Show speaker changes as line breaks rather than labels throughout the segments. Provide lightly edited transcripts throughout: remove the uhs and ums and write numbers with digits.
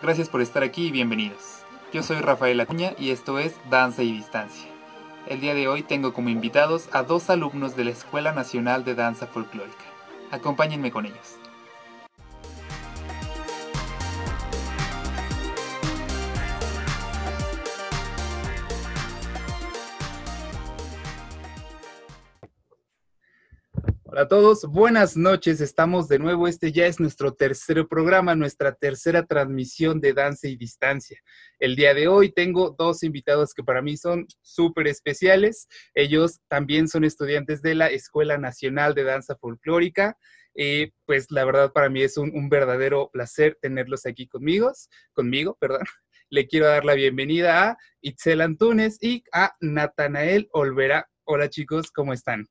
Gracias por estar aquí y bienvenidos. Yo soy Rafael Acuña y esto es Danza y Distancia. El día de hoy tengo como invitados a dos alumnos de la Escuela Nacional de Danza Folclórica. Acompáñenme con ellos. Hola a todos, buenas noches, estamos de nuevo, este ya es nuestro tercer programa, nuestra tercera transmisión de Danza y Distancia. El día de hoy tengo dos invitados que para mí son súper especiales, ellos también son estudiantes de la Escuela Nacional de Danza Folclórica, pues la verdad para mí es un verdadero placer tenerlos aquí conmigo. Le quiero dar la bienvenida a Itzel Antunes y a Natanael Olvera. Hola chicos, ¿cómo están?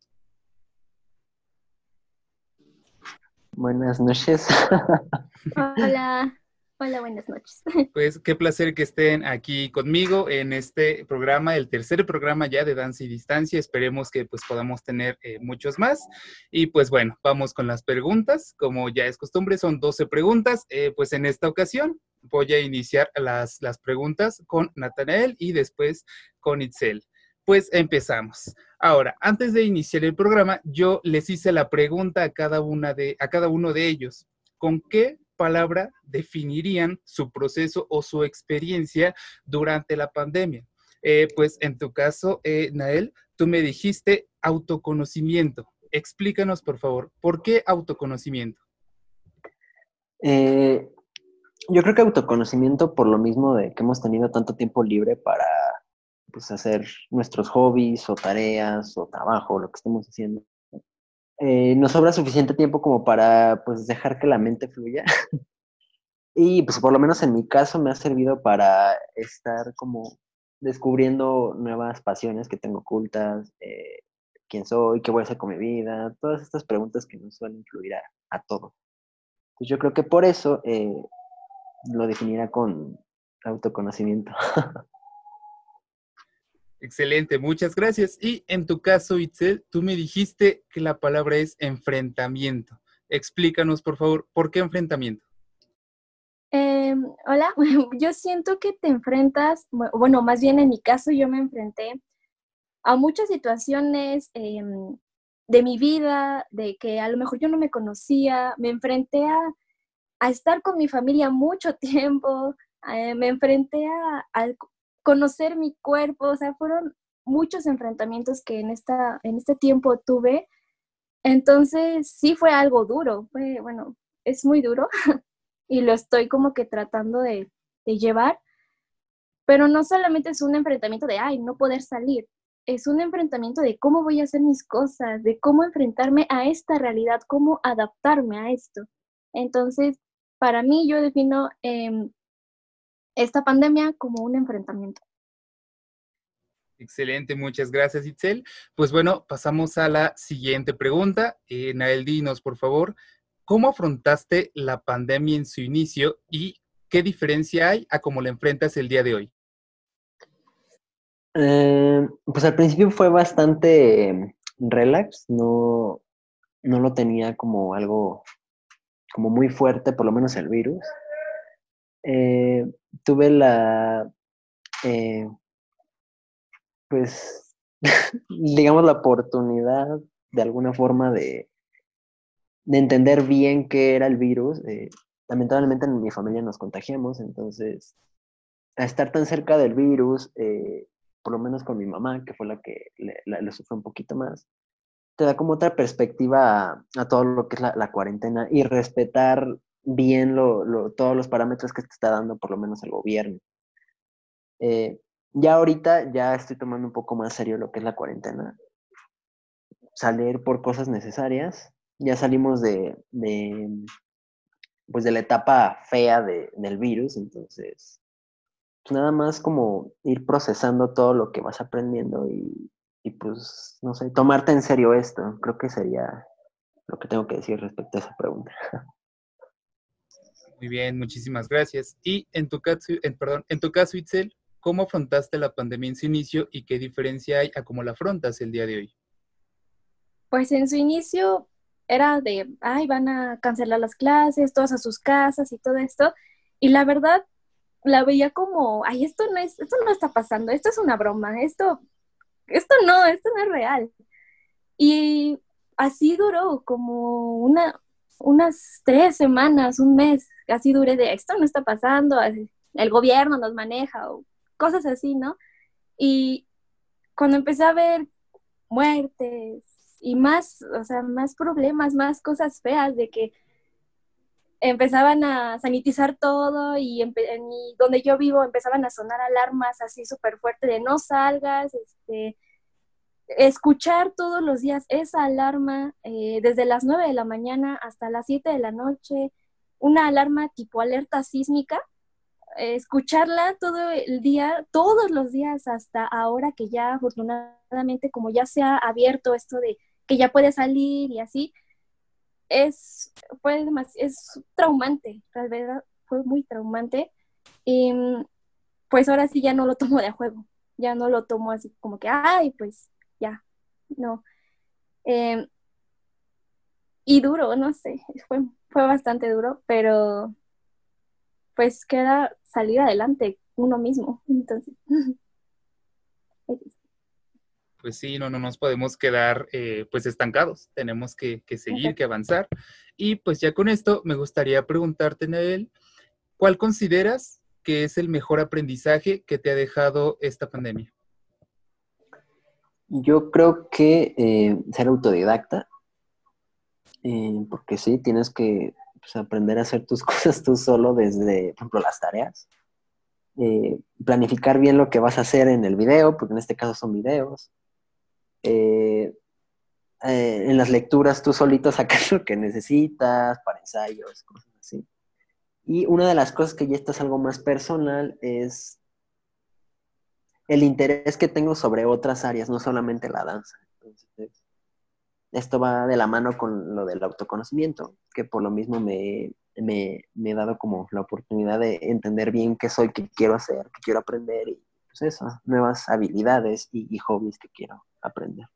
Buenas noches.
Hola, hola, buenas noches.
Pues qué placer que estén aquí conmigo en este programa, el tercer programa ya de Danza y Distancia. Esperemos que pues podamos tener muchos más. Y pues bueno, vamos con las preguntas. Como ya es costumbre, son 12 preguntas. Pues en esta ocasión voy a iniciar las preguntas con Natanael y después con Itzel. Pues empezamos. Ahora, antes de iniciar el programa, yo les hice la pregunta a cada uno de ellos. ¿Con qué palabra definirían su proceso o su experiencia durante la pandemia? Pues en tu caso, Nael, tú me dijiste autoconocimiento. Explícanos, por favor, ¿por qué autoconocimiento?
Eh, yo creo que autoconocimiento por lo mismo de que hemos tenido tanto tiempo libre para pues, hacer nuestros hobbies o tareas o trabajo, lo que estemos haciendo. Nos sobra suficiente tiempo como para pues dejar que la mente fluya. Y pues por lo menos en mi caso me ha servido para estar como descubriendo nuevas pasiones que tengo ocultas, quién soy, qué voy a hacer con mi vida, todas estas preguntas que nos suelen influir a todos. Pues yo creo que por eso lo definiera con autoconocimiento.
Excelente, muchas gracias. Y en tu caso, Itzel, tú me dijiste que la palabra es enfrentamiento. Explícanos, por favor, ¿por qué enfrentamiento?
Hola, yo siento que te enfrentas, bueno, más bien en mi caso yo me enfrenté a muchas situaciones de mi vida, de que a lo mejor yo no me conocía, me enfrenté a estar con mi familia mucho tiempo, me enfrenté a conocer mi cuerpo, o sea, fueron muchos enfrentamientos que en este tiempo tuve. Entonces, sí fue algo duro, bueno, es muy duro y lo estoy como que tratando de llevar, pero no solamente es un enfrentamiento de, ay, no poder salir, es un enfrentamiento de cómo voy a hacer mis cosas, de cómo enfrentarme a esta realidad, cómo adaptarme a esto. Entonces, para mí yo defino esta pandemia como un enfrentamiento.
Excelente, muchas gracias, Itzel. Pues bueno, pasamos a la siguiente pregunta. Nael, dinos, por favor, ¿cómo afrontaste la pandemia en su inicio y qué diferencia hay a cómo la enfrentas el día de hoy?
Pues al principio fue bastante relax, no lo tenía como algo como muy fuerte, por lo menos el virus. Eh, tuve eh, pues, digamos, la oportunidad de alguna forma de entender bien qué era el virus. Lamentablemente en mi familia nos contagiamos, entonces, a estar tan cerca del virus, por lo menos con mi mamá, que fue la que lo sufrió un poquito más, te da como otra perspectiva a todo lo que es la cuarentena y respetar bien todos los parámetros que te está dando por lo menos el gobierno. Eh, ya ahorita ya estoy tomando un poco más serio lo que es la cuarentena, salir por cosas necesarias. Ya salimos pues de la etapa fea del virus, entonces pues nada más como ir procesando todo lo que vas aprendiendo y pues, no sé, tomarte en serio esto. Creo que sería lo que tengo que decir respecto a esa pregunta.
Muy bien, muchísimas gracias. Y en tu caso, Itzel, ¿cómo afrontaste la pandemia en su inicio y qué diferencia hay a cómo la afrontas el día de hoy?
Pues en su inicio era de, ay, van a cancelar las clases, todos a sus casas y todo esto. Y la verdad, la veía como, ay, esto no está pasando, esto es una broma, esto no es real. Y así duró como unas 3 semanas, un mes, así duré de, esto no está pasando, el gobierno nos maneja o cosas así, ¿no? Y cuando empecé a ver muertes y más, o sea, más problemas, más cosas feas de que empezaban a sanitizar todo y donde yo vivo empezaban a sonar alarmas así súper fuerte de no salgas, escuchar todos los días esa alarma desde las 9 de la mañana hasta las 7 de la noche, una alarma tipo alerta sísmica, escucharla todo el día, todos los días hasta ahora que ya afortunadamente como ya se ha abierto esto de que ya puede salir y así, es traumante, la verdad fue muy traumante. Y pues ahora sí ya no lo tomo de a juego, ya no lo tomo así como que, ay, pues ya, no. Eh, y duro, no sé, fue bastante duro, pero pues queda salir adelante uno mismo, entonces.
Pues sí, no nos podemos quedar pues estancados, tenemos que seguir, que avanzar. Y pues ya con esto me gustaría preguntarte, Nael, ¿cuál consideras que es el mejor aprendizaje que te ha dejado esta pandemia?
Yo creo que ser autodidacta, porque sí, tienes que pues, aprender a hacer tus cosas tú solo desde, por ejemplo, las tareas. Planificar bien lo que vas a hacer en el video, porque en este caso son videos. Eh, en las lecturas tú solito sacas lo que necesitas para ensayos, cosas así. Y una de las cosas que ya esto es algo más personal es el interés que tengo sobre otras áreas, no solamente la danza. Entonces, esto va de la mano con lo del autoconocimiento, que por lo mismo me he dado como la oportunidad de entender bien qué soy, qué quiero hacer, qué quiero aprender y pues eso, nuevas habilidades y hobbies que quiero aprender.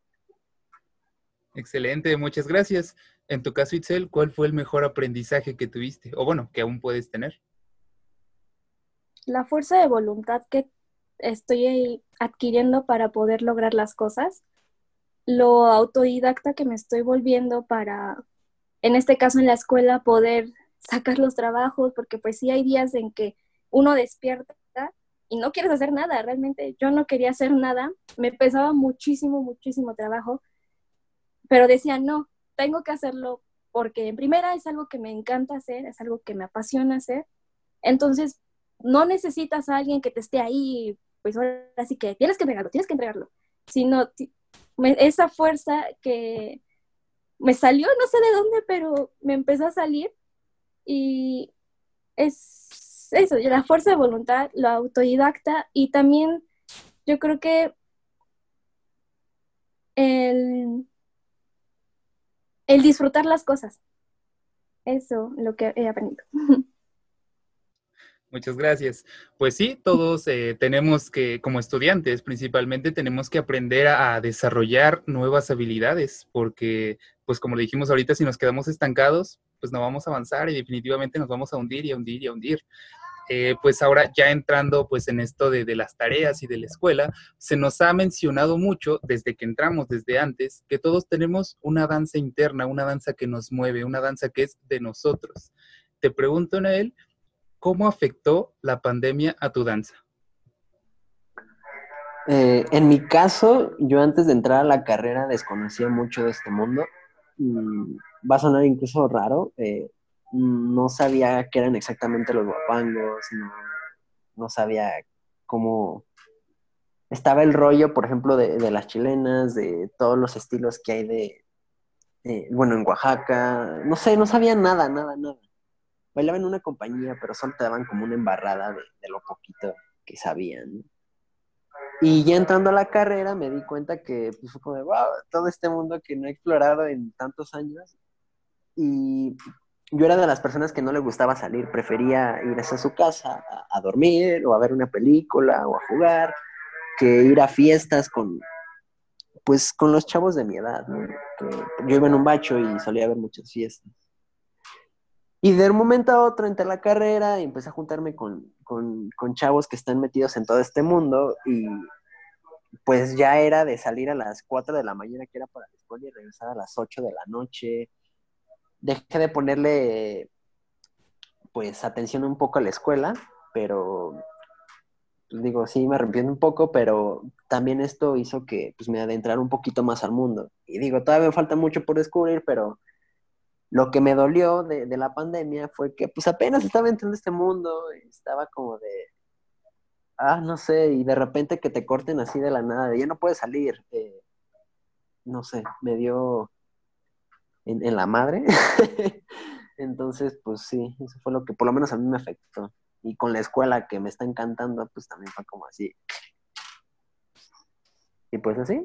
Excelente, muchas gracias. En tu caso, Itzel, ¿cuál fue el mejor aprendizaje que tuviste? O bueno, que aún puedes tener.
La fuerza de voluntad que estoy adquiriendo para poder lograr las cosas, lo autodidacta que me estoy volviendo para, en este caso en la escuela, poder sacar los trabajos, porque pues sí hay días en que uno despierta y no quieres hacer nada, realmente yo no quería hacer nada, me pesaba muchísimo, muchísimo trabajo, pero decía, no, tengo que hacerlo porque en primera es algo que me encanta hacer, es algo que me apasiona hacer, entonces no necesitas a alguien que te esté ahí, pues ahora sí que tienes que entregarlo, sino esa fuerza que me salió, no sé de dónde, pero me empezó a salir y es eso, la fuerza de voluntad, lo autodidacta y también yo creo que el, el disfrutar las cosas, eso lo que he aprendido.
Muchas gracias. Pues sí, todos tenemos que, como estudiantes principalmente, tenemos que aprender a desarrollar nuevas habilidades, porque, pues como le dijimos ahorita, si nos quedamos estancados, pues no vamos a avanzar y definitivamente nos vamos a hundir y a hundir y a hundir. Pues ahora ya entrando pues en esto de las tareas y de la escuela, se nos ha mencionado mucho desde que entramos, desde antes, que todos tenemos una danza interna, una danza que nos mueve, una danza que es de nosotros. Te pregunto, Nael, ¿cómo afectó la pandemia a tu danza?
En mi caso, yo antes de entrar a la carrera desconocía mucho de este mundo. Va a sonar incluso raro. No sabía qué eran exactamente los guapangos, no sabía cómo estaba el rollo, por ejemplo, de las chilenas, de todos los estilos que hay bueno, en Oaxaca. No sé, no sabía nada, nada, nada. Bailaba en una compañía, pero solo te daban como una embarrada de lo poquito que sabían, ¿no? Y ya entrando a la carrera me di cuenta que pues, fue como de, wow, todo este mundo que no he explorado en tantos años. Y yo era de las personas que no le gustaba salir, prefería ir a su casa a dormir o a ver una película o a jugar, que ir a fiestas pues, con los chavos de mi edad, ¿no? Que yo iba en un bacho y solía haber muchas fiestas. Y de un momento a otro entré a la carrera y empecé a juntarme con chavos que están metidos en todo este mundo y pues ya era de salir a las 4 de la mañana, que era para la escuela, y regresar a las 8 de la noche. Dejé de ponerle pues atención un poco a la escuela, pero pues, digo, sí me arrepiento un poco, pero también esto hizo que pues me adentrara un poquito más al mundo. Y digo, todavía me falta mucho por descubrir, pero lo que me dolió de la pandemia fue que pues apenas estaba entrando a este mundo, estaba como de, no sé, y de repente que te corten así de la nada, de ya no puedes salir, no sé, me dio en la madre. Entonces, pues sí, eso fue lo que por lo menos a mí me afectó. Y con la escuela que me está encantando, pues también fue como así. Y pues así.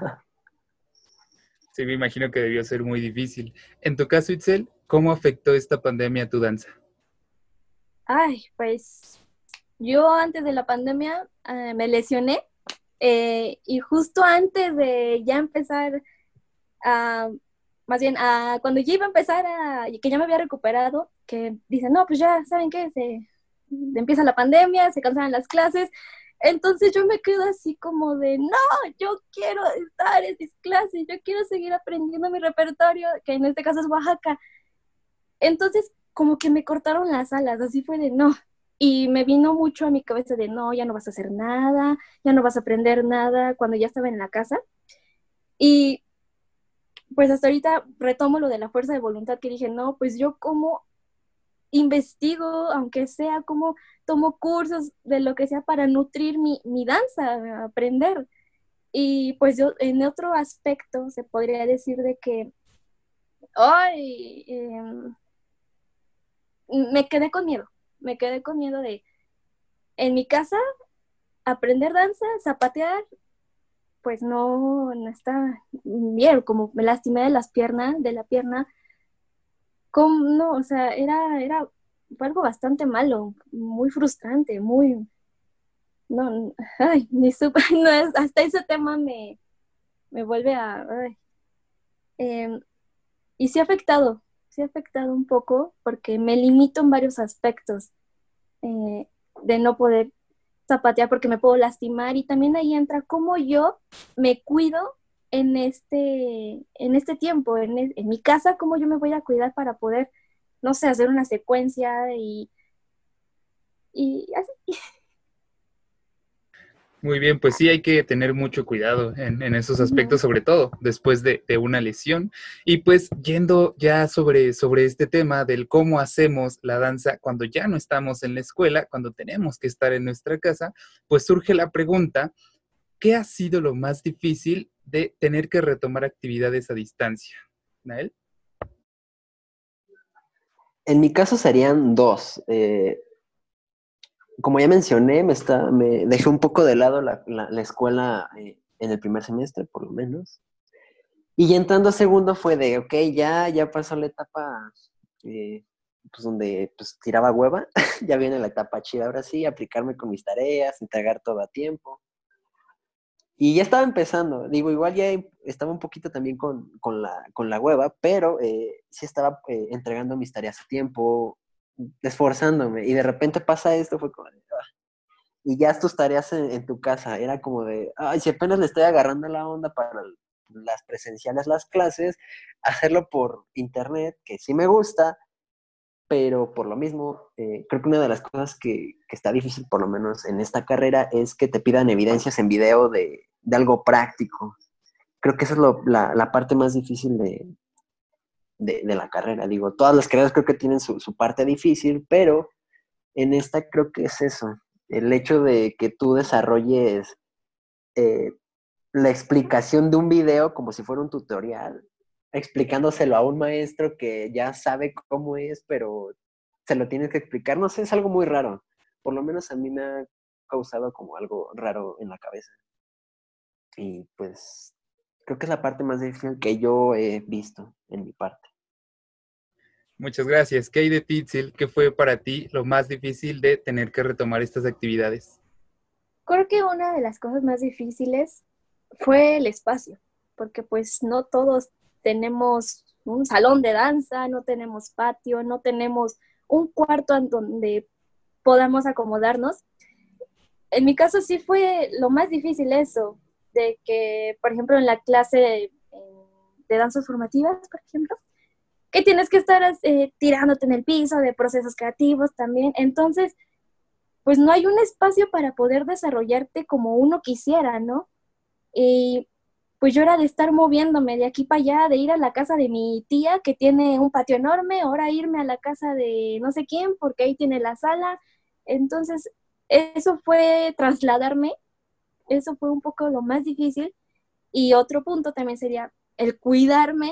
Sí, me imagino que debió ser muy difícil. En tu caso, Itzel, ¿cómo afectó esta pandemia a tu danza?
Ay, pues yo antes de la pandemia me lesioné y justo antes de ya empezar a, más bien cuando ya iba a empezar y que ya me había recuperado, que dicen, no, pues ya, ¿saben qué? Empieza la pandemia, se cancelan las clases. Entonces yo me quedo así como de, no, yo quiero estar en mis clases, yo quiero seguir aprendiendo mi repertorio, que en este caso es Oaxaca. Entonces como que me cortaron las alas, así fue de, no. Y me vino mucho a mi cabeza de, no, ya no vas a hacer nada, ya no vas a aprender nada, cuando ya estaba en la casa. Y pues hasta ahorita retomo lo de la fuerza de voluntad que dije, no, pues yo como investigo, aunque sea como tomo cursos de lo que sea para nutrir mi danza, aprender. Y pues yo en otro aspecto se podría decir de que, ay, me quedé con miedo de, en mi casa, aprender danza, zapatear, pues no está bien, como me lastimé de las piernas, de la pierna. ¿Cómo? No, o sea, fue algo bastante malo, muy frustrante, muy, no, ay, ni supe, no es, hasta ese tema me vuelve ay. Em, y sí ha afectado un poco porque me limito en varios aspectos eh, de no poder zapatear porque me puedo lastimar y también ahí entra cómo yo me cuido en este tiempo, en mi casa, cómo yo me voy a cuidar para poder, no sé, hacer una secuencia y así.
Muy bien, pues sí hay que tener mucho cuidado en esos
Ujú.
aspectos, sobre todo después de una lesión. Y pues yendo ya sobre este tema del cómo hacemos la danza cuando ya no estamos en la escuela, cuando tenemos que estar en nuestra casa, pues surge la pregunta, ¿qué ha sido lo más difícil de tener que retomar actividades a distancia? ¿Nael?
En mi caso serían dos. Como ya mencioné, me dejé un poco de lado la escuela en el primer semestre, por lo menos. Y ya entrando a segundo fue de, ok, ya pasó la etapa eh, pues donde pues tiraba hueva, ya viene la etapa chida, ahora sí, aplicarme con mis tareas, entregar todo a tiempo. Y ya estaba empezando, digo, igual ya estaba un poquito también con la hueva, pero sí estaba entregando mis tareas a tiempo, esforzándome, y de repente pasa esto, fue como, y ya tus tareas en tu casa, era como de, ay, si apenas le estoy agarrando la onda para las presenciales, las clases, hacerlo por internet, que sí me gusta, pero por lo mismo, creo que una de las cosas que está difícil, por lo menos en esta carrera, es que te pidan evidencias en video de algo práctico. Creo que esa es la parte más difícil de la carrera. Digo, todas las carreras creo que tienen su parte difícil, pero en esta creo que es eso, el hecho de que tú desarrolles eh, la explicación de un video como si fuera un tutorial, explicándoselo a un maestro que ya sabe cómo es, pero se lo tienes que explicar. No sé, es algo muy raro. Por lo menos a mí me ha causado como algo raro en la cabeza. Y pues creo que es la parte más difícil que yo he visto en mi parte.
Muchas gracias. ¿Qué hay de ti, Itzel? ¿Qué fue para ti lo más difícil de tener que retomar estas actividades?
Creo que una de las cosas más difíciles fue el espacio, porque pues no todos tenemos un salón de danza, no tenemos patio, no tenemos un cuarto en donde podamos acomodarnos. En mi caso sí fue lo más difícil eso, de que, por ejemplo, en la clase de danzas formativas, por ejemplo, que tienes que estar tirándote en el piso, de procesos creativos también. Entonces, pues no hay un espacio para poder desarrollarte como uno quisiera, ¿no? Y pues yo era de estar moviéndome de aquí para allá, de ir a la casa de mi tía que tiene un patio enorme, ahora irme a la casa de no sé quién porque ahí tiene la sala. Entonces, eso fue trasladarme, eso fue un poco lo más difícil. Y otro punto también sería el cuidarme,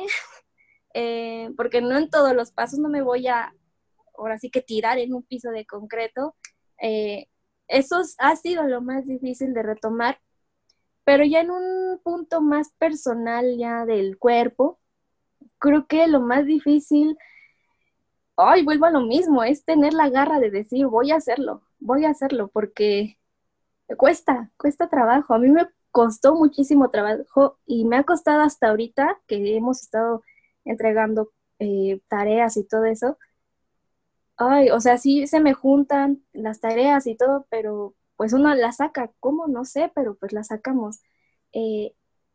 porque no en todos los pasos no me voy a, ahora sí que tirar en un piso de concreto. Eh, Eso ha sido lo más difícil de retomar, pero ya en un punto más personal ya del cuerpo, creo que lo más difícil, ay, vuelvo a lo mismo, es tener la garra de decir, voy a hacerlo, porque cuesta trabajo. A mí me costó muchísimo trabajo y me ha costado hasta ahorita que hemos estado entregando tareas y todo eso. Ay, o sea, sí se me juntan las tareas y todo, pero pues uno las saca. ¿Cómo? No sé, pero pues las sacamos. Eh,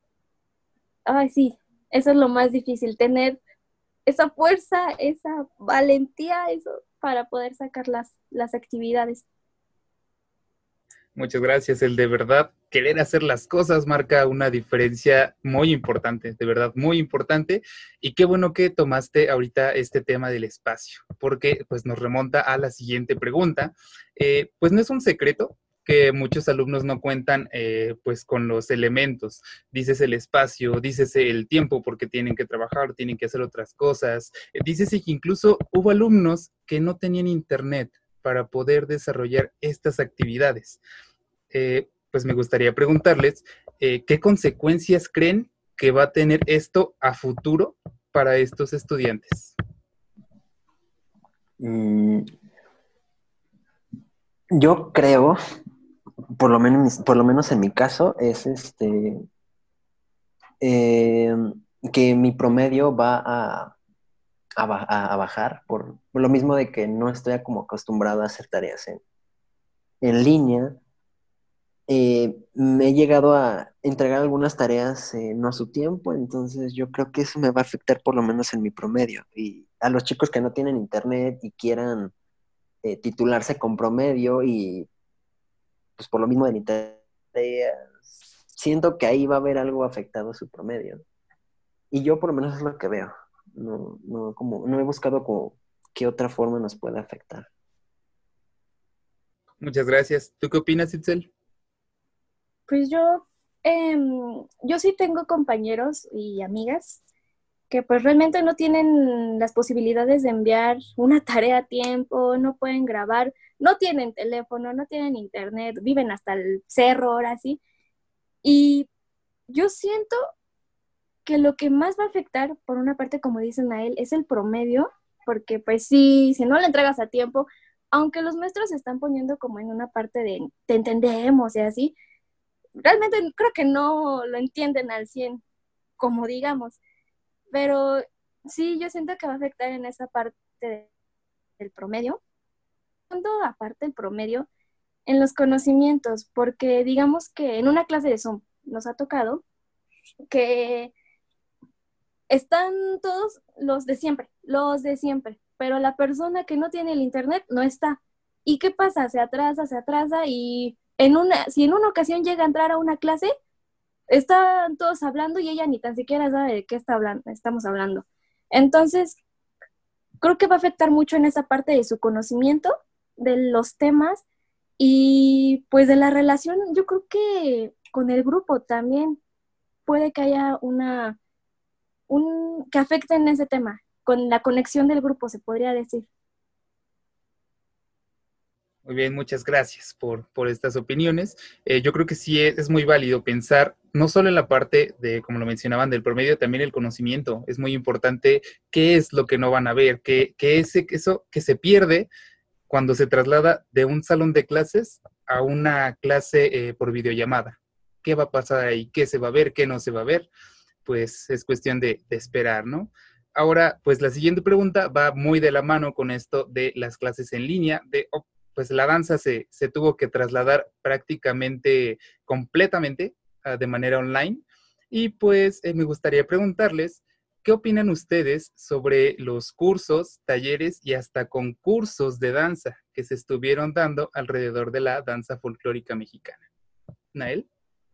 Ay, sí, eso es lo más difícil, tener esa fuerza, esa valentía, eso, para poder sacar las actividades.
Muchas gracias. El de verdad querer hacer las cosas marca una diferencia muy importante, de verdad muy importante. Y qué bueno que tomaste ahorita este tema del espacio, porque pues nos remonta a la siguiente pregunta. Pues no es un secreto que muchos alumnos no cuentan pues con los elementos, dices el espacio, dices el tiempo porque tienen que trabajar, tienen que hacer otras cosas, dices que incluso hubo alumnos que no tenían internet para poder desarrollar estas actividades. Pues me gustaría preguntarles qué consecuencias creen que va a tener esto a futuro para estos estudiantes.
Mm, yo creo, por lo menos en mi caso, es eh, que mi promedio va a bajar por lo mismo de que no estoy como acostumbrado a hacer tareas en línea. Me he llegado a entregar algunas tareas no a su tiempo, entonces yo creo que eso me va a afectar por lo menos en mi promedio. Y a los chicos que no tienen internet y quieran titularse con promedio y pues por lo mismo de mi tarea, siento que ahí va a haber algo afectado a su promedio. Y yo por lo menos es lo que veo. No he buscado como qué otra forma nos puede afectar.
Muchas gracias. ¿Tú qué opinas, Itzel?
Pues yo sí tengo compañeros y amigas que pues realmente no tienen las posibilidades de enviar una tarea a tiempo, no pueden grabar, no tienen teléfono, no tienen internet, viven hasta el cerro ahora sí. Y yo siento que lo que más va a afectar, por una parte, como dicen a él, es el promedio, porque pues sí, si no lo entregas a tiempo, aunque los maestros se están poniendo como en una parte de te entendemos y así, realmente creo que no lo entienden al 100 como digamos, pero sí, yo siento que va a afectar en esa parte del promedio. Aparte del promedio, en los conocimientos, porque digamos que en una clase de Zoom nos ha tocado que están todos los de siempre, pero la persona que no tiene el internet no está. ¿Y qué pasa? Se atrasa y si en una ocasión llega a entrar a una clase, están todos hablando y ella ni tan siquiera sabe de qué estamos hablando. Entonces, creo que va a afectar mucho en esa parte de su conocimiento, de los temas y pues de la relación, yo creo que con el grupo también puede que haya que afecte en ese tema, con la conexión del grupo, se podría decir.
Muy bien, muchas gracias por estas opiniones. Yo creo que sí es muy válido pensar no solo en la parte de, como lo mencionaban, del promedio, también el conocimiento. Es muy importante qué es lo que no van a ver, qué es eso que se pierde cuando se traslada de un salón de clases a una clase por videollamada. ¿Qué va a pasar ahí? ¿Qué se va a ver? ¿Qué no se va a ver? Pues es cuestión de esperar, ¿no? ahora, pues la siguiente pregunta va muy de la mano con esto de las clases en línea, pues la danza se tuvo que trasladar prácticamente completamente de manera online. Y pues me gustaría preguntarles, ¿qué opinan ustedes sobre los cursos, talleres y hasta concursos de danza que se estuvieron dando alrededor de la danza folclórica mexicana? Nael.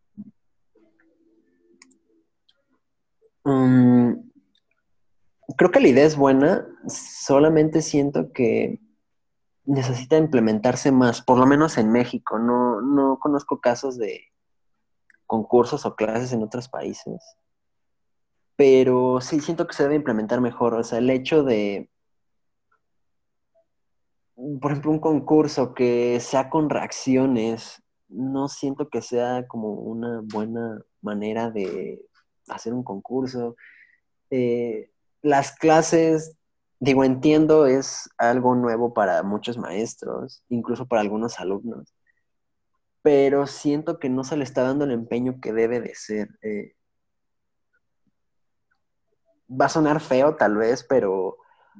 Creo que la idea es buena, solamente siento que necesita implementarse más, por lo menos en México. No conozco casos de concursos o clases en otros países, pero sí siento que se debe implementar mejor. O sea, el hecho de, por ejemplo, un concurso que sea con reacciones, no siento que sea como una buena manera de hacer un concurso. Las clases, digo, entiendo, es algo nuevo para muchos maestros, incluso para algunos alumnos, pero siento que no se le está dando el empeño que debe de ser. Va a sonar feo tal vez, pero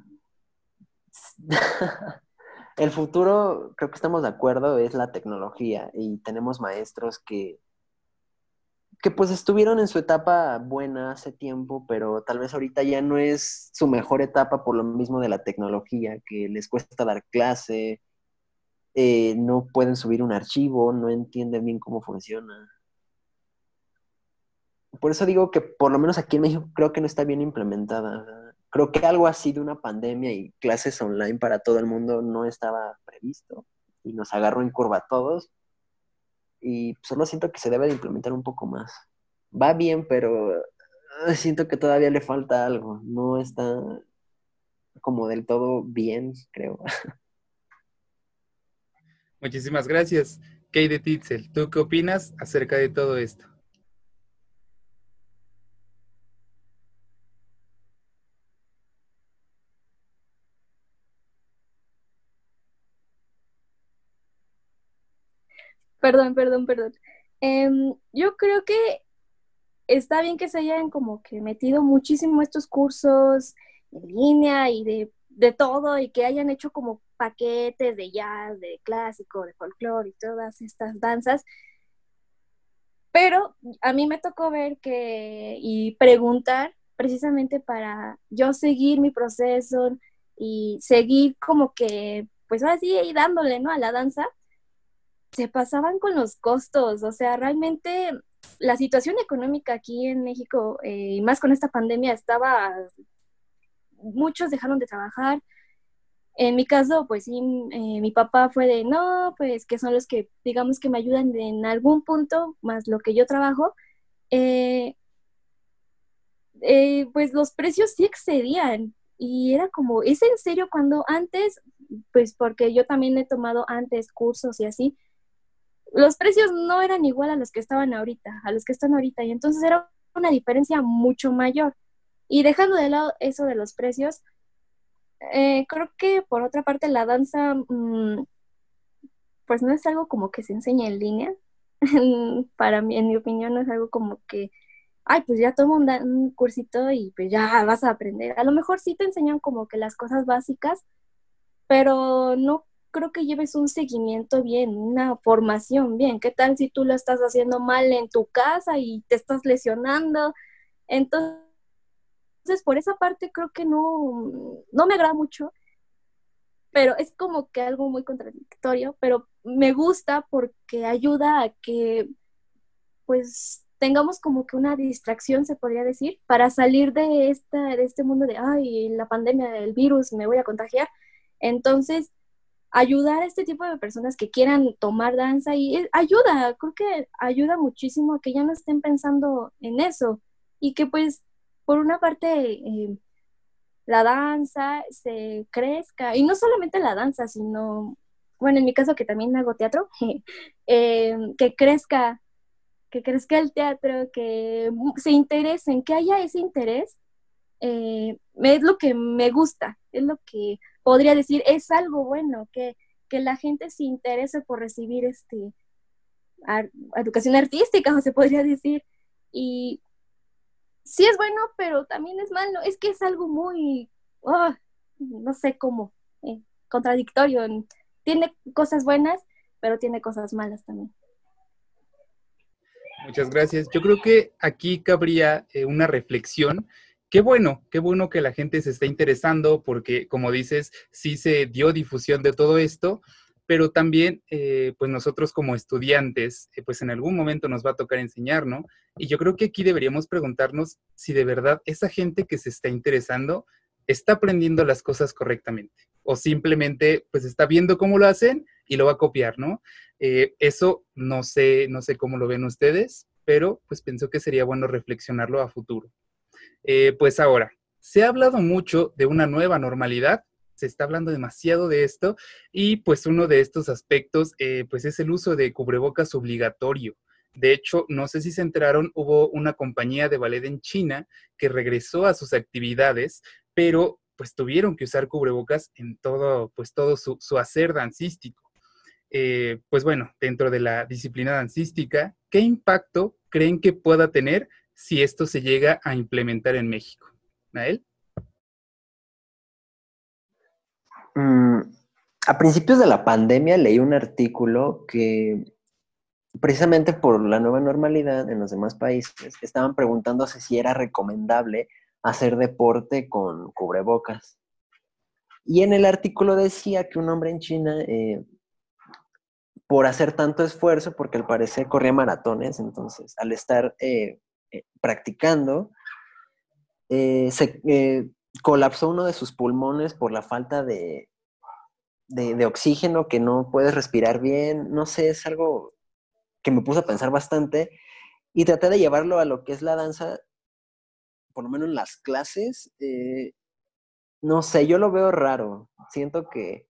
el futuro, creo que estamos de acuerdo, es la tecnología y tenemos maestros que pues estuvieron en su etapa buena hace tiempo, pero tal vez ahorita ya no es su mejor etapa por lo mismo de la tecnología, que les cuesta dar clase, no pueden subir un archivo, no entienden bien cómo funciona. Por eso digo que por lo menos aquí en México creo que no está bien implementada. Creo que algo así de una pandemia y clases online para todo el mundo no estaba previsto y nos agarró en curva a todos y solo siento que se debe de implementar un poco más. Va bien, pero siento que todavía le falta algo. No está como del todo bien, creo.
Muchísimas gracias. Kay de Titzel, ¿tú qué opinas acerca de todo esto?
Perdón. Yo creo que está bien que se hayan como que metido muchísimo estos cursos en línea y de todo y que hayan hecho como paquetes de jazz, de clásico, de folclore y todas estas danzas. Pero a mí me tocó ver que y preguntar precisamente para yo seguir mi proceso y seguir como que, pues ahora sí, ahí dándole, ¿no? A la danza, se pasaban con los costos, o sea, realmente la situación económica aquí en México, y más con esta pandemia, muchos dejaron de trabajar. En mi caso, pues sí, mi papá fue de, no, pues que son los que, digamos que me ayudan en algún punto, más lo que yo trabajo, eh, pues los precios sí excedían. Y era como, ¿es en serio cuando antes, pues porque yo también he tomado antes cursos y así, los precios no eran igual a los que estaban ahorita, a los que están ahorita, y entonces era una diferencia mucho mayor. Y dejando de lado eso de los precios, creo que por otra parte la danza, pues no es algo como que se enseña en línea. Para mí, en mi opinión, no es algo como que, ay, pues ya toma un cursito y pues ya vas a aprender. A lo mejor sí te enseñan como que las cosas básicas, pero no creo que lleves un seguimiento bien, una formación bien. ¿Qué tal si tú lo estás haciendo mal en tu casa y te estás lesionando? Entonces, por esa parte creo que no me agrada mucho, pero es como que algo muy contradictorio, pero me gusta porque ayuda a que pues tengamos como que una distracción, se podría decir, para salir de este mundo de, ay, la pandemia del virus, me voy a contagiar. Entonces, ayudar a este tipo de personas que quieran tomar danza y ayuda, creo que ayuda muchísimo a que ya no estén pensando en eso y que pues por una parte la danza se crezca y no solamente la danza, sino, bueno, en mi caso que también hago teatro, que crezca el teatro, que se interesen, que haya ese interés, es lo que me gusta, es lo que podría decir, es algo bueno, que la gente se interese por recibir educación artística, o se podría decir. Y sí es bueno, pero también es malo. Es que es algo muy, no sé cómo, contradictorio. Tiene cosas buenas, pero tiene cosas malas también.
Muchas gracias. Yo creo que aquí cabría una reflexión. Qué bueno que la gente se está interesando porque, como dices, sí se dio difusión de todo esto, pero también, pues nosotros como estudiantes, pues en algún momento nos va a tocar enseñar, ¿no? Y yo creo que aquí deberíamos preguntarnos si de verdad esa gente que se está interesando está aprendiendo las cosas correctamente o simplemente, pues está viendo cómo lo hacen y lo va a copiar, ¿no? Eso no sé cómo lo ven ustedes, pero pues pienso que sería bueno reflexionarlo a futuro. Pues ahora, se ha hablado mucho de una nueva normalidad, se está hablando demasiado de esto y pues uno de estos aspectos pues es el uso de cubrebocas obligatorio. De hecho, no sé si se enteraron, hubo una compañía de ballet en China que regresó a sus actividades, pero pues tuvieron que usar cubrebocas en todo, pues todo su hacer dancístico. Pues bueno, dentro de la disciplina dancística, ¿qué impacto creen que pueda tener si esto se llega a implementar en México? ¿Nael?
Mm, a principios de la pandemia leí un artículo que precisamente por la nueva normalidad en los demás países estaban preguntándose si era recomendable hacer deporte con cubrebocas. Y en el artículo decía que un hombre en China, por hacer tanto esfuerzo, porque al parecer corría maratones, entonces al estar practicando, se colapsó uno de sus pulmones por la falta de oxígeno, que no puedes respirar bien. No sé, es algo que me puso a pensar bastante y traté de llevarlo a lo que es la danza, por lo menos en las clases. No sé, yo lo veo raro. Siento que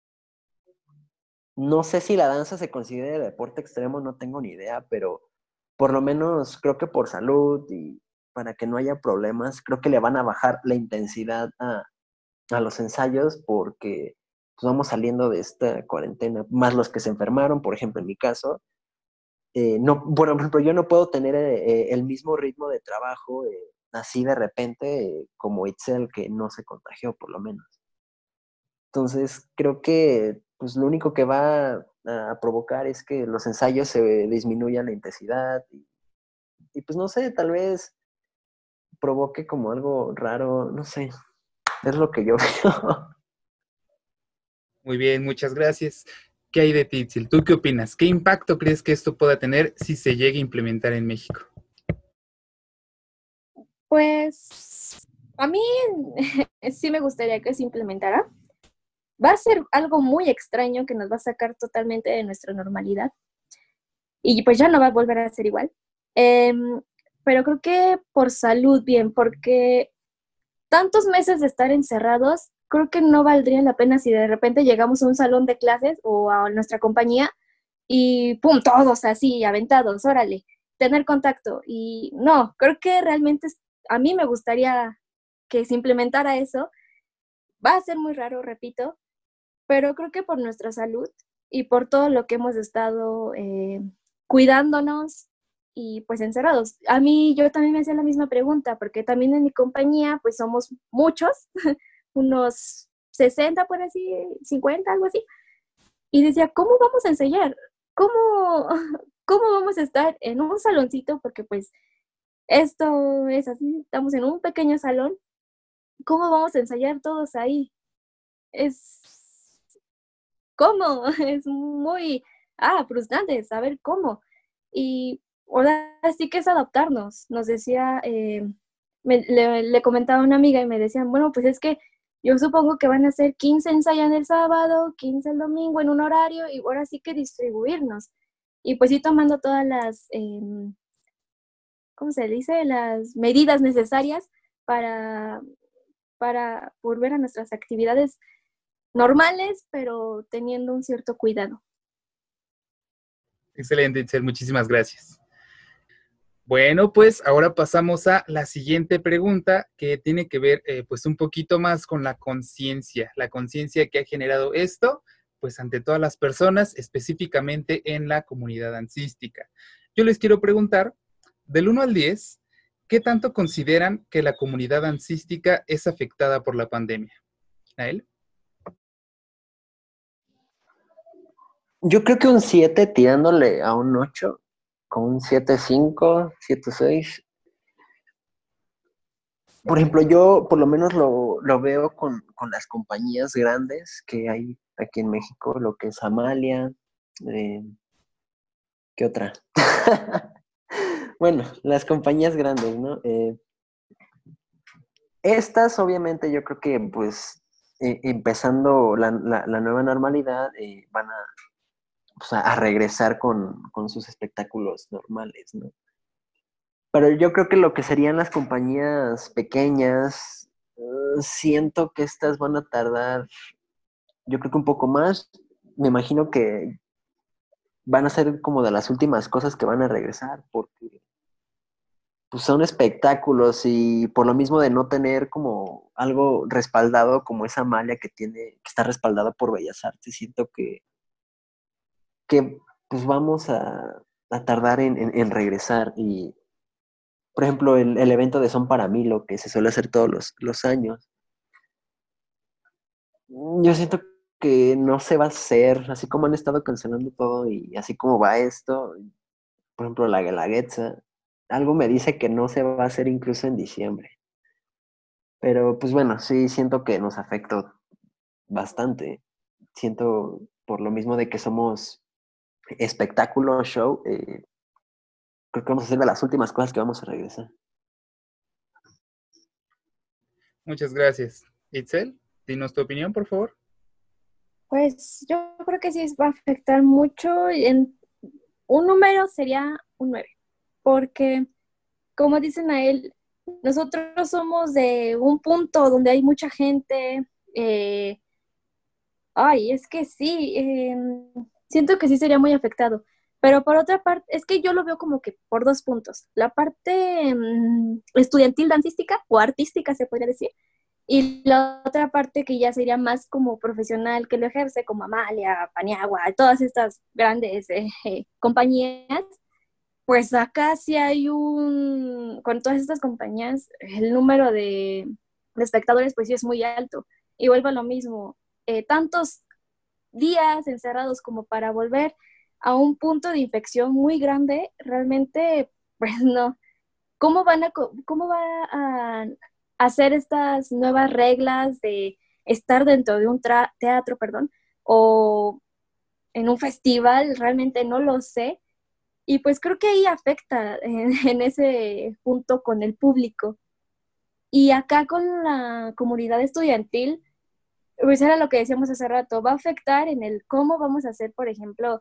no sé si la danza se considera deporte extremo, no tengo ni idea, pero por lo menos creo que por salud y para que no haya problemas, creo que le van a bajar la intensidad a los ensayos porque pues, vamos saliendo de esta cuarentena, más los que se enfermaron, por ejemplo, en mi caso. No, bueno, por ejemplo, yo no puedo tener el mismo ritmo de trabajo así de repente como Itzel, que no se contagió, por lo menos. Entonces, creo que pues, lo único que va a provocar es que los ensayos se disminuyan la intensidad y pues no sé, tal vez provoque como algo raro, no sé, es lo que yo veo.
Muy bien, muchas gracias. ¿Qué hay de ti, Itzel? ¿Tú qué opinas? ¿Qué impacto crees que esto pueda tener si se llega a implementar en México?
Pues a mí sí me gustaría que se implementara. Va a ser algo muy extraño que nos va a sacar totalmente de nuestra normalidad y pues ya no va a volver a ser igual. Em, pero creo que por salud, bien, porque tantos meses de estar encerrados, creo que no valdría la pena si de repente llegamos a un salón de clases o a nuestra compañía y ¡pum! Todos así, aventados, órale, tener contacto. Y no, creo que realmente a mí me gustaría que se implementara eso. Va a ser muy raro, repito, pero creo que por nuestra salud y por todo lo que hemos estado cuidándonos y pues encerrados. A mí yo también me hacía la misma pregunta, porque también en mi compañía pues somos muchos, unos 60 por así, 50 algo así, y decía, ¿cómo vamos a ensayar? ¿Cómo, cómo vamos a estar en un saloncito? Porque pues esto es así, estamos en un pequeño salón, ¿cómo vamos a ensayar todos ahí? Es cómo, es muy, frustrante saber cómo. Y ahora sí que es adaptarnos. Nos decía, le comentaba a una amiga y me decían, bueno, pues es que yo supongo que van a ser 15 ensayan el sábado, 15 el domingo en un horario y ahora sí que distribuirnos. Y pues sí tomando todas las, ¿cómo se dice? Las medidas necesarias para, para volver a nuestras actividades normales, pero teniendo un cierto cuidado.
Excelente, Itzel, muchísimas gracias. Bueno, pues ahora pasamos a la siguiente pregunta que tiene que ver pues un poquito más con la conciencia que ha generado esto, pues ante todas las personas, específicamente en la comunidad dancística. Yo les quiero preguntar, del 1 al 10, ¿qué tanto consideran que la comunidad dancística es afectada por la pandemia? ¿Nael?
Yo creo que un 7 tirándole a un 8, con un 7.5, 7.6. Por ejemplo, yo por lo menos lo veo con las compañías grandes que hay aquí en México, lo que es Amalia, eh, ¿qué otra? Bueno, las compañías grandes, ¿no? Estas obviamente yo creo que pues empezando la nueva normalidad van a, pues, a regresar con sus espectáculos normales, ¿no? Pero yo creo que lo que serían las compañías pequeñas, siento que estas van a tardar, yo creo que un poco más. Me imagino que van a ser como de las últimas cosas que van a regresar, porque pues, son espectáculos y por lo mismo de no tener como algo respaldado como esa malla que tiene, que está respaldada por Bellas Artes, siento que pues vamos a tardar en regresar. Y por ejemplo, el evento de Son para mí, lo que se suele hacer todos los años, yo siento que no se va a hacer, así como han estado cancelando todo y así como va esto, por ejemplo, la Guelaguetza, algo me dice que no se va a hacer incluso en diciembre. Pero pues bueno, sí siento que nos afectó bastante. Siento por lo mismo de que somos espectáculo, show, creo que vamos a ser de las últimas cosas que vamos a regresar.
Muchas gracias. Itzel, dinos tu opinión, por favor.
Pues yo creo que sí va a afectar mucho. Un número sería un 9, porque como dicen a él, nosotros somos de un punto donde hay mucha gente. Ay, es que sí, siento que sí sería muy afectado. Pero por otra parte, es que yo lo veo como que por dos puntos. La parte estudiantil dancística o artística, se podría decir, y la otra parte que ya sería más como profesional, que lo ejerce como Amalia, Paniagua, todas estas grandes compañías, pues acá sí hay con todas estas compañías, el número de espectadores pues sí es muy alto. Y vuelvo a lo mismo, tantos días encerrados como para volver a un punto de infección muy grande, realmente pues no. ¿Cómo va a hacer estas nuevas reglas de estar dentro de un teatro, perdón, o en un festival? Realmente no lo sé. Y pues creo que ahí afecta en ese punto con el público. Y acá con la comunidad estudiantil, pues era lo que decíamos hace rato, va a afectar en el cómo vamos a hacer, por ejemplo,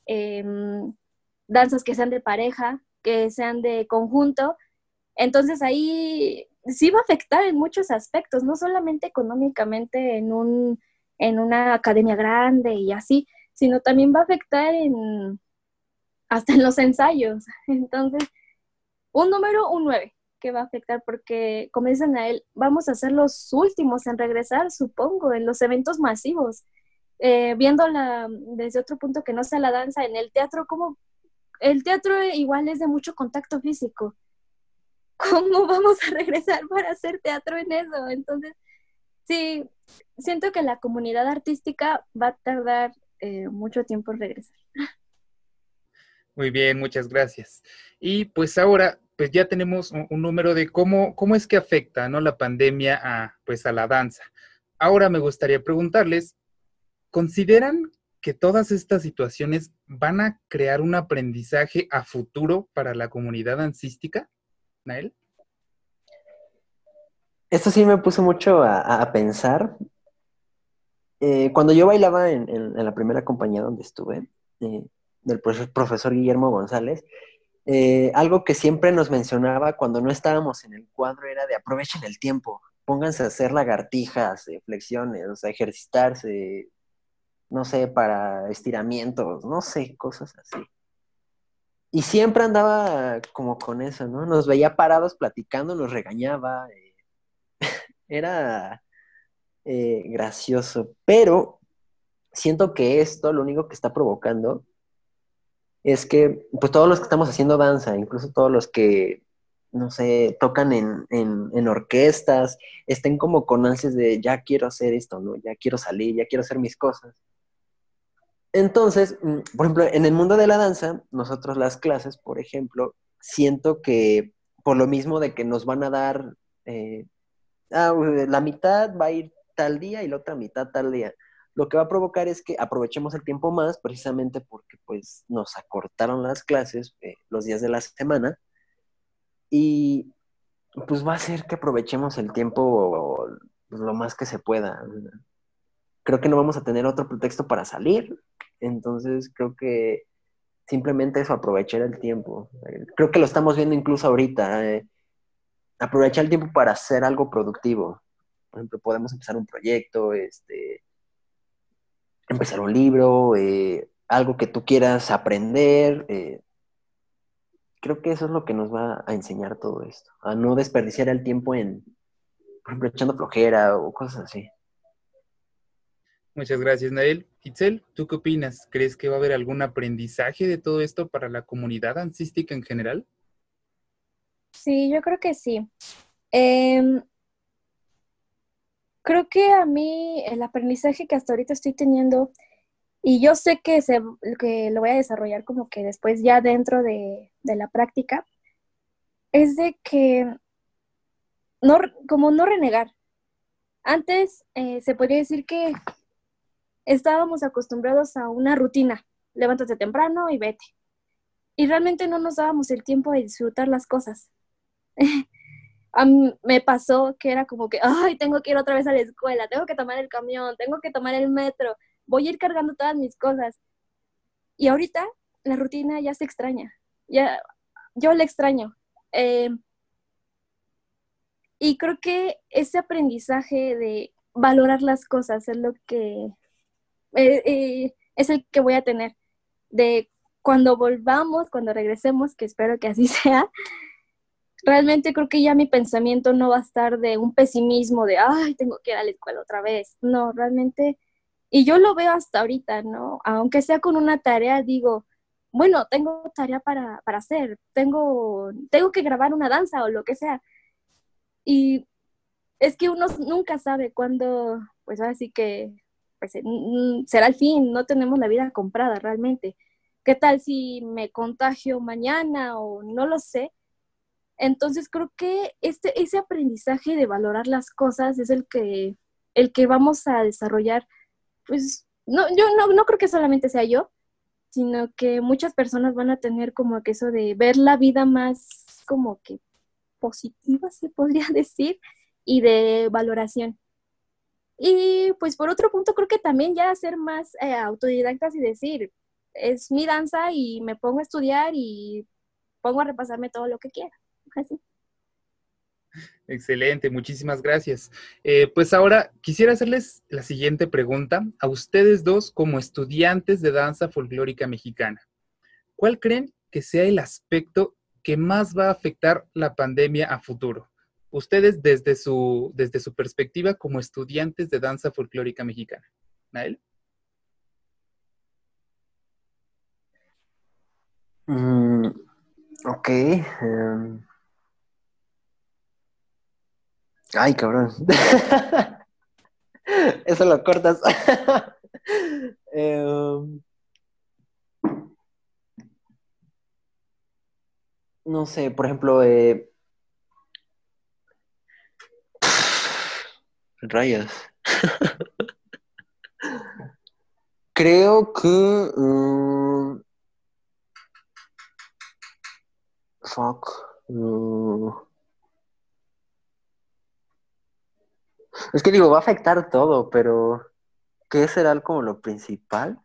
danzas que sean de pareja, que sean de conjunto. Entonces ahí sí va a afectar en muchos aspectos, no solamente económicamente en una academia grande y así, sino también va a afectar hasta en los ensayos. Entonces, un número, un 9 que va a afectar porque, como dicen a él, vamos a ser los últimos en regresar, supongo, en los eventos masivos. Viéndola desde otro punto que no sea la danza, en el teatro, como el teatro igual es de mucho contacto físico. ¿Cómo vamos a regresar para hacer teatro en eso? Entonces, sí, siento que la comunidad artística va a tardar mucho tiempo en regresar.
Muy bien, muchas gracias. Y pues ahora, pues ya tenemos un número de cómo es que afecta, ¿no?, la pandemia pues a la danza. Ahora me gustaría preguntarles, ¿consideran que todas estas situaciones van a crear un aprendizaje a futuro para la comunidad dancística, Nael?
Esto sí me puso mucho a pensar. Cuando yo bailaba en la primera compañía donde estuve, del profesor Guillermo González, algo que siempre nos mencionaba cuando no estábamos en el cuadro era de aprovechen el tiempo, pónganse a hacer lagartijas, flexiones, o sea, ejercitarse, no sé, para estiramientos, no sé, cosas así. Y siempre andaba como con eso, ¿no? Nos veía parados platicando, nos regañaba, era gracioso, pero siento que esto lo único que está provocando es que, pues todos los que estamos haciendo danza, incluso todos los que no sé, tocan en orquestas, estén como con ansias de ya quiero hacer esto, ¿no? Ya quiero salir, ya quiero hacer mis cosas. Entonces, por ejemplo, en el mundo de la danza, nosotros las clases, por ejemplo, siento que por lo mismo de que nos van a dar, eh, la mitad va a ir tal día y la otra mitad tal día. Lo que va a provocar es que aprovechemos el tiempo más, precisamente porque pues nos acortaron las clases, los días de la semana, y pues va a ser que aprovechemos el tiempo lo más que se pueda. Creo que no vamos a tener otro pretexto para salir, entonces creo que simplemente eso, aprovechar el tiempo. Creo que lo estamos viendo incluso ahorita, aprovechar el tiempo para hacer algo productivo. Por ejemplo, podemos empezar un proyecto, empezar un libro, algo que tú quieras aprender. Creo que eso es lo que nos va a enseñar todo esto, a no desperdiciar el tiempo en, por ejemplo, echando flojera o cosas así.
Muchas gracias, Nael. Itzel, ¿tú qué opinas? ¿Crees que va a haber algún aprendizaje de todo esto para la comunidad dancística en general?
Sí, yo creo que sí. Em, Creo que a mí el aprendizaje que hasta ahorita estoy teniendo, y yo sé que lo voy a desarrollar como que después ya dentro de la práctica, es de que no, como no renegar. Antes se podría decir que estábamos acostumbrados a una rutina. Levántate temprano y vete. Y realmente no nos dábamos el tiempo de disfrutar las cosas. A mí me pasó que era como que, ay, tengo que ir otra vez a la escuela, tengo que tomar el camión, tengo que tomar el metro, voy a ir cargando todas mis cosas. Y ahorita la rutina ya se extraña, ya yo la extraño. Eh, y creo que ese aprendizaje de valorar las cosas es lo que es el que voy a tener. De cuando volvamos, cuando regresemos, que espero que así sea, realmente creo que ya mi pensamiento no va a estar de un pesimismo de, ay, tengo que ir a la escuela otra vez. No, realmente, y yo lo veo hasta ahorita, ¿no? Aunque sea con una tarea, digo, bueno, tengo tarea para hacer, tengo que grabar una danza o lo que sea. Y es que uno nunca sabe cuándo, pues ahora sí que pues, será el fin, no tenemos la vida comprada realmente. ¿Qué tal si me contagio mañana o no lo sé? Entonces creo que ese aprendizaje de valorar las cosas es el que vamos a desarrollar. Pues no, yo no creo que solamente sea yo, sino que muchas personas van a tener como que eso de ver la vida más como que positiva, se podría decir, y de valoración. Y pues por otro punto creo que también ya ser más autodidactas y decir, es mi danza y me pongo a estudiar y pongo a repasarme todo lo que quiera. Así.
Excelente, muchísimas gracias. Pues ahora quisiera hacerles la siguiente pregunta a ustedes dos como estudiantes de danza folclórica mexicana. ¿Cuál creen que sea el aspecto que más va a afectar la pandemia a futuro? Ustedes desde su perspectiva como estudiantes de danza folclórica mexicana. ¿Nael?
Mm, ok. Ay, cabrón. Eso lo cortas. Em, no sé, por ejemplo, rayas. Creo que... fuck. Es que digo, va a afectar todo, pero ¿qué será como lo principal?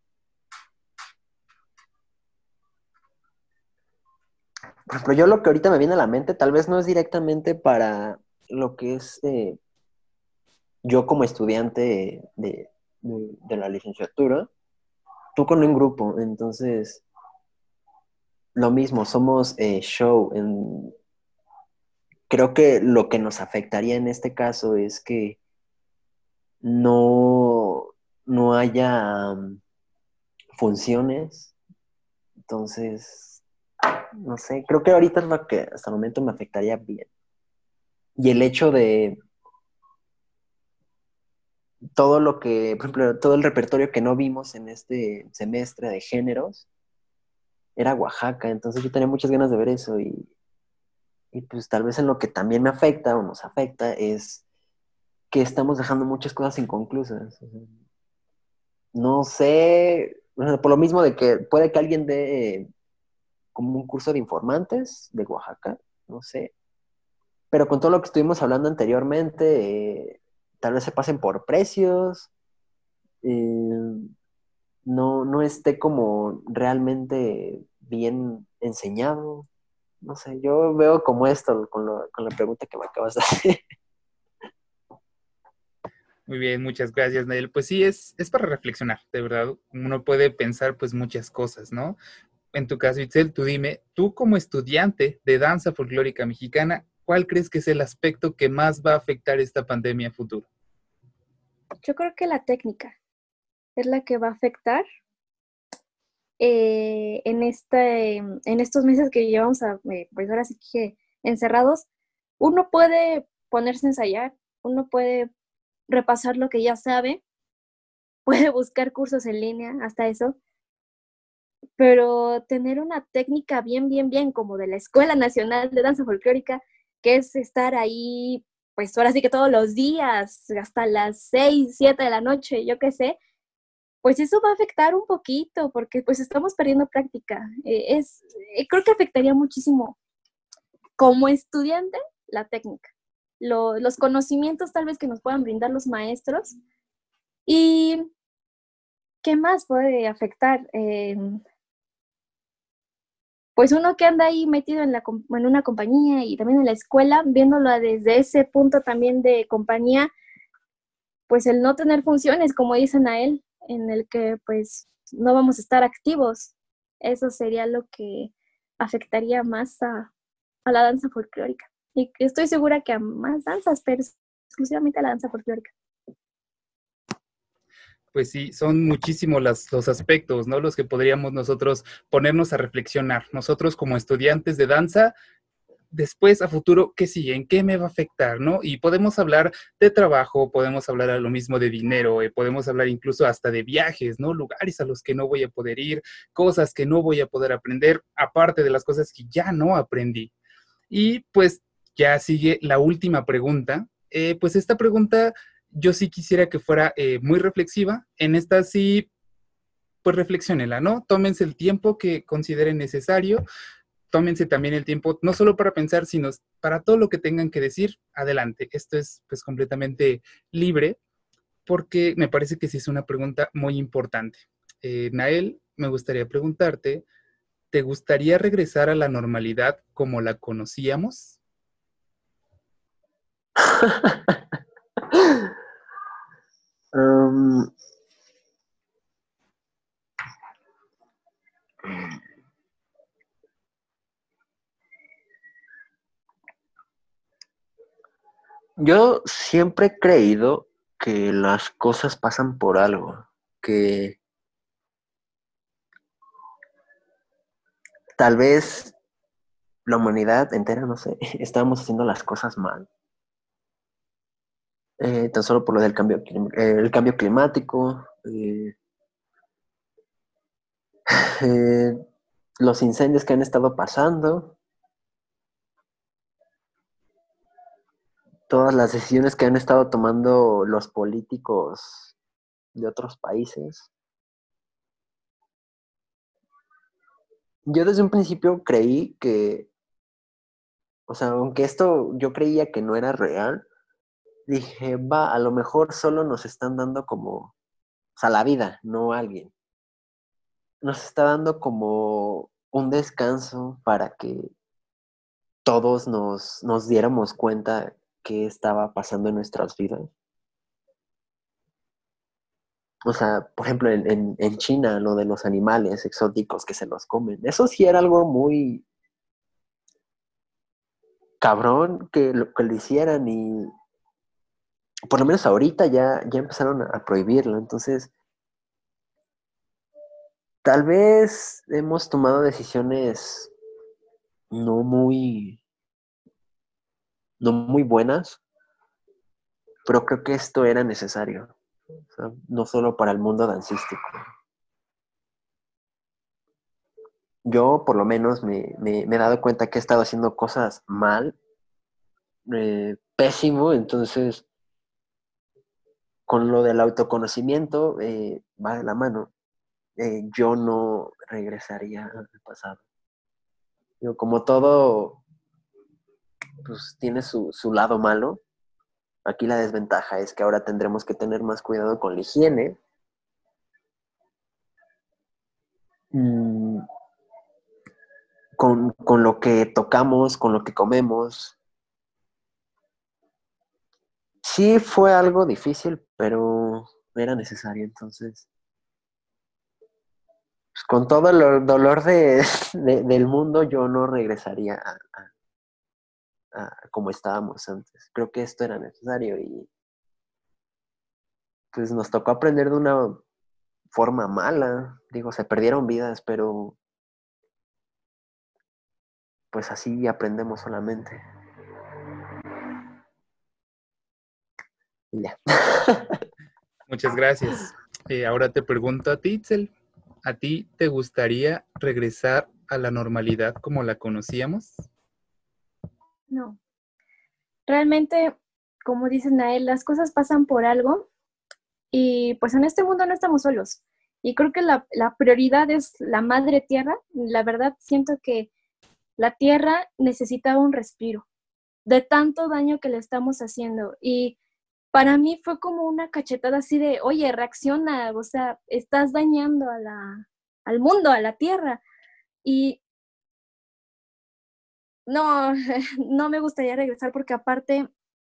Por ejemplo, yo lo que ahorita me viene a la mente, tal vez no es directamente para lo que es yo como estudiante de la licenciatura, tú con un grupo, entonces lo mismo, somos show. Creo que lo que nos afectaría en este caso es que no, no haya funciones, entonces no sé, creo que ahorita es lo que hasta el momento me afectaría bien. Y el hecho de todo lo que, por ejemplo, todo el repertorio que no vimos en este semestre de géneros era Oaxaca, entonces yo tenía muchas ganas de ver eso y pues tal vez en lo que también me afecta o nos afecta es que estamos dejando muchas cosas inconclusas. O sea, no sé, o sea, por lo mismo de que puede que alguien dé como un curso de informantes de Oaxaca, no sé, pero con todo lo que estuvimos hablando anteriormente, tal vez se pasen por precios, eh, no esté como realmente bien enseñado. No sé, yo veo como esto con la pregunta que me acabas de hacer.
Muy bien, muchas gracias, Nael. Pues sí, es para reflexionar, de verdad. Uno puede pensar pues muchas cosas, ¿no? En tu caso, Itzel, tú dime, tú como estudiante de danza folclórica mexicana, ¿cuál crees que es el aspecto que más va a afectar esta pandemia a futuro?
Yo creo que la técnica es la que va a afectar en estos meses que llevamos pues ahora sí que encerrados. Uno puede ponerse a ensayar, uno puede repasar lo que ya sabe, puede buscar cursos en línea, hasta eso, pero tener una técnica bien, como de la Escuela Nacional de Danza Folclórica, que es estar ahí, pues ahora sí que todos los días, hasta las 6, 7 de la noche, yo qué sé, pues eso va a afectar un poquito, porque pues estamos perdiendo práctica. Creo que afectaría muchísimo como estudiante la técnica, los conocimientos tal vez que nos puedan brindar los maestros. ¿Y qué más puede afectar? Pues uno que anda ahí metido en una compañía y también en la escuela, viéndolo desde ese punto también de compañía, pues el no tener funciones, como dicen a él, en el que pues no vamos a estar activos, eso sería lo que afectaría más a la danza folclórica. Y estoy segura que a más danzas, pero exclusivamente a la danza folclórica.
Pues sí, son muchísimos los aspectos, ¿no? Los que podríamos nosotros ponernos a reflexionar. Nosotros como estudiantes de danza, después a futuro, ¿qué sigue? ¿En qué me va a afectar, no? Y podemos hablar de trabajo, podemos hablar a lo mismo de dinero, podemos hablar incluso hasta de viajes, ¿no? Lugares a los que no voy a poder ir, cosas que no voy a poder aprender, aparte de las cosas que ya no aprendí. Y pues ya sigue la última pregunta. Pues esta pregunta yo sí quisiera que fuera muy reflexiva. En esta sí, pues reflexionela, ¿no? Tómense el tiempo que consideren necesario. Tómense también el tiempo, no solo para pensar, sino para todo lo que tengan que decir. Adelante. Esto es pues completamente libre porque me parece que sí es una pregunta muy importante. Nael, me gustaría preguntarte, ¿te gustaría regresar a la normalidad como la conocíamos?
Um, yo siempre he creído que las cosas pasan por algo, que tal vez la humanidad entera, no sé, estábamos haciendo las cosas mal. Tan solo por lo del el cambio climático, eh, los incendios que han estado pasando, todas las decisiones que han estado tomando los políticos de otros países. Yo desde un principio creí que, o sea, aunque esto yo creía que no era real, dije, va, a lo mejor solo nos están dando como, o sea, la vida, no alguien. Nos está dando como un descanso para que todos nos diéramos cuenta qué estaba pasando en nuestras vidas. O sea, por ejemplo, en China, lo de los animales exóticos que se los comen, eso sí era algo muy cabrón que lo hicieran y por lo menos ahorita ya empezaron a prohibirlo. Entonces, tal vez hemos tomado decisiones no muy, no muy buenas, pero creo que esto era necesario, o sea, no solo para el mundo dancístico. Yo por lo menos me he dado cuenta que he estado haciendo cosas mal, pésimo, entonces con lo del autoconocimiento va de la mano. Yo no regresaría al pasado. Digo, como todo pues, tiene su lado malo, aquí la desventaja es que ahora tendremos que tener más cuidado con la higiene. mm, con lo que tocamos, con lo que comemos. Sí fue algo difícil, pero era necesario. Entonces, pues, con todo el dolor del mundo, yo no regresaría a como estábamos antes. Creo que esto era necesario y pues nos tocó aprender de una forma mala. Digo, se perdieron vidas, pero pues así aprendemos solamente. Y ya.
Muchas gracias. Ahora te pregunto a ti, Itzel, ¿a ti te gustaría regresar a la normalidad como la conocíamos?
No. Realmente, como dicen Nael, las cosas pasan por algo y pues en este mundo no estamos solos. Y creo que la prioridad es la madre tierra. La verdad, siento que la tierra necesitaba un respiro de tanto daño que le estamos haciendo. Y para mí fue como una cachetada así de, oye, reacciona, o sea, estás dañando al mundo, a la tierra. Y no, no me gustaría regresar porque aparte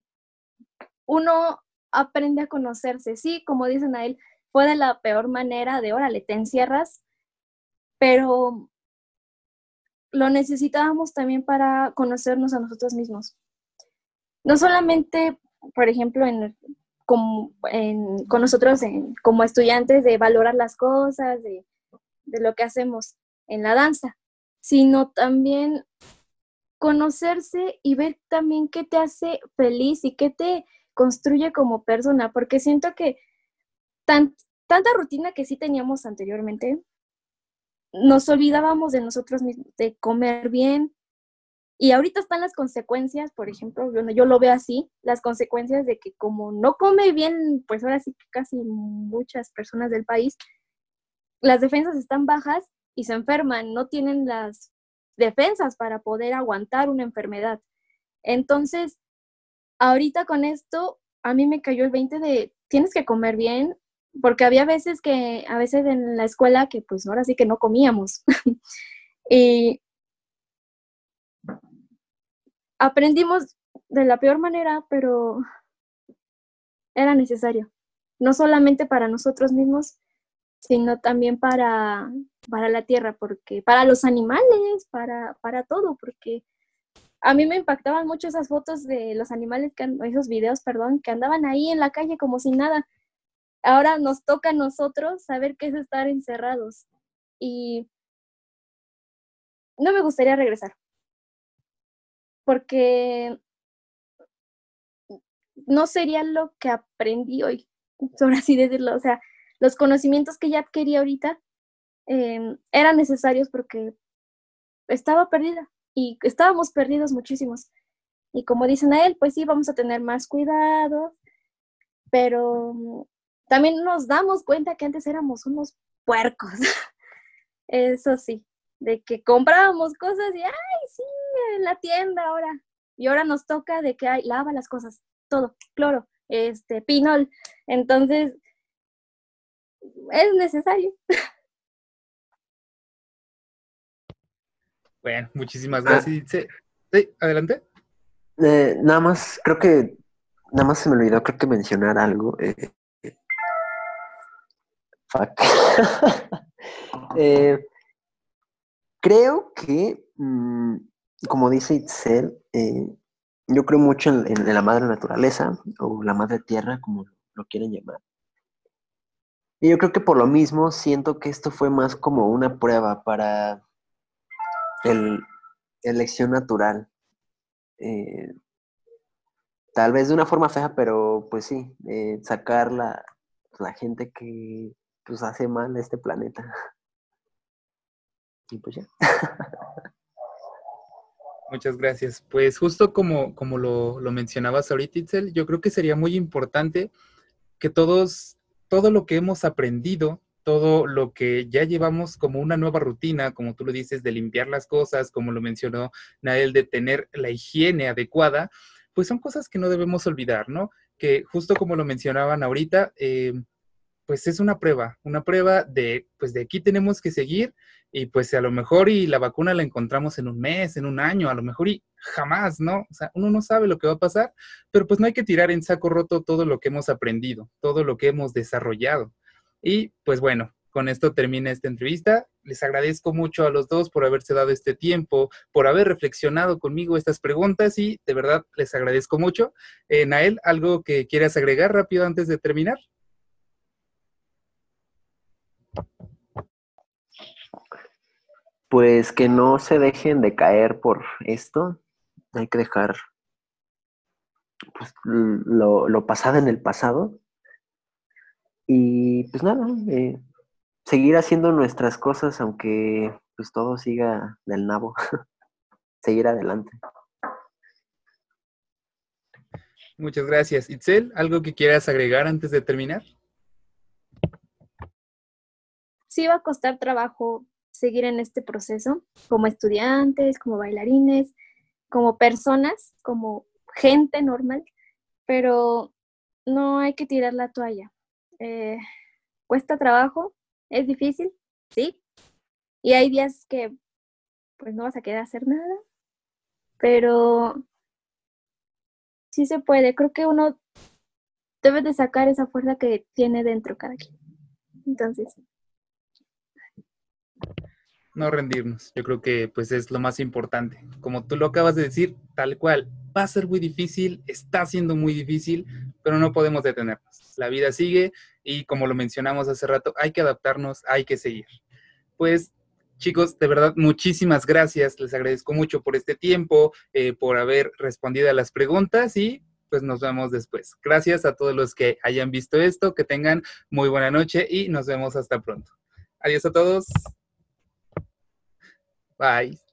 uno aprende a conocerse. Sí, como dicen a él, fue de la peor manera de, órale, te encierras, pero lo necesitábamos también para conocernos a nosotros mismos. No solamente, por ejemplo, con nosotros como estudiantes de valorar las cosas, de lo que hacemos en la danza, sino también conocerse y ver también qué te hace feliz y qué te construye como persona, porque siento que tanta rutina que sí teníamos anteriormente, nos olvidábamos de nosotros mismos, de comer bien, y ahorita están las consecuencias, por ejemplo, yo lo veo así, las consecuencias de que como no come bien, pues ahora sí que casi muchas personas del país, las defensas están bajas y se enferman, no tienen las defensas para poder aguantar una enfermedad. Entonces, ahorita con esto, a mí me cayó el 20 de tienes que comer bien, porque había veces a veces en la escuela que pues ahora sí que no comíamos. Y aprendimos de la peor manera, pero era necesario. No solamente para nosotros mismos, sino también para la tierra, porque para los animales, para todo, porque a mí me impactaban mucho esas fotos de los animales, esos videos, perdón, que andaban ahí en la calle como sin nada. Ahora nos toca a nosotros saber qué es estar encerrados. Y no me gustaría regresar, porque no sería lo que aprendí hoy, por así decirlo. O sea, los conocimientos que ya adquirí ahorita eran necesarios porque estaba perdida y estábamos perdidos muchísimos. Y como dicen a él, pues sí, vamos a tener más cuidado, pero también nos damos cuenta que antes éramos unos puercos. Eso sí, de que comprábamos cosas y, ay, sí, en la tienda ahora. Y ahora nos toca de que, ay, lava las cosas, todo, cloro, pinol. Entonces, es necesario.
Bueno, muchísimas
Ah,
gracias, Itzel. Sí, adelante.
nada más, creo que, nada más se me olvidó, creo que mencionar algo. Fuck. Eh, creo que, como dice Itzel, yo creo mucho en la madre naturaleza o la madre tierra, como lo quieren llamar. Y yo creo que por lo mismo siento que esto fue más como una prueba para el, elección natural. Eh, Tal vez de una forma fea, pero pues sí, sacar la gente que pues hace mal a este planeta. Y pues ya.
Muchas gracias. Pues justo como lo mencionabas ahorita, Itzel, yo creo que sería muy importante que todo lo que hemos aprendido, todo lo que ya llevamos como una nueva rutina, como tú lo dices, de limpiar las cosas, como lo mencionó Nael, de tener la higiene adecuada, pues son cosas que no debemos olvidar, ¿no? Que justo como lo mencionaban ahorita, pues es una prueba de, pues de aquí tenemos que seguir y pues a lo mejor y la vacuna la encontramos en un mes, en un año, a lo mejor y jamás, ¿no? O sea, uno no sabe lo que va a pasar, pero pues no hay que tirar en saco roto todo lo que hemos aprendido, todo lo que hemos desarrollado. Y pues bueno, con esto termina esta entrevista. Les agradezco mucho a los dos por haberse dado este tiempo, por haber reflexionado conmigo estas preguntas y de verdad les agradezco mucho. Nael, ¿algo que quieras agregar rápido antes de terminar?
Pues que no se dejen de caer por esto. Hay que dejar pues, lo pasado en el pasado. Y pues nada, seguir haciendo nuestras cosas aunque pues todo siga del nabo. Seguir adelante.
Muchas gracias. Itzel, ¿algo que quieras agregar antes de terminar?
Sí va a costar trabajo seguir en este proceso como estudiantes, como bailarines, como personas, como gente normal, pero no hay que tirar la toalla. Eh, Cuesta trabajo, es difícil, sí, y hay días que pues no vas a querer hacer nada, pero sí se puede. Creo que uno debe de sacar esa fuerza que tiene dentro cada quien. Entonces,
No rendirnos. Yo creo que pues es lo más importante. Como tú lo acabas de decir, tal cual, va a ser muy difícil, está siendo muy difícil, pero no podemos detenernos. La vida sigue y como lo mencionamos hace rato, hay que adaptarnos, hay que seguir. Pues chicos, de verdad, muchísimas gracias. Les agradezco mucho por este tiempo, por haber respondido a las preguntas y pues nos vemos después. Gracias a todos los que hayan visto esto, que tengan muy buena noche y nos vemos hasta pronto. Adiós a todos. Bye.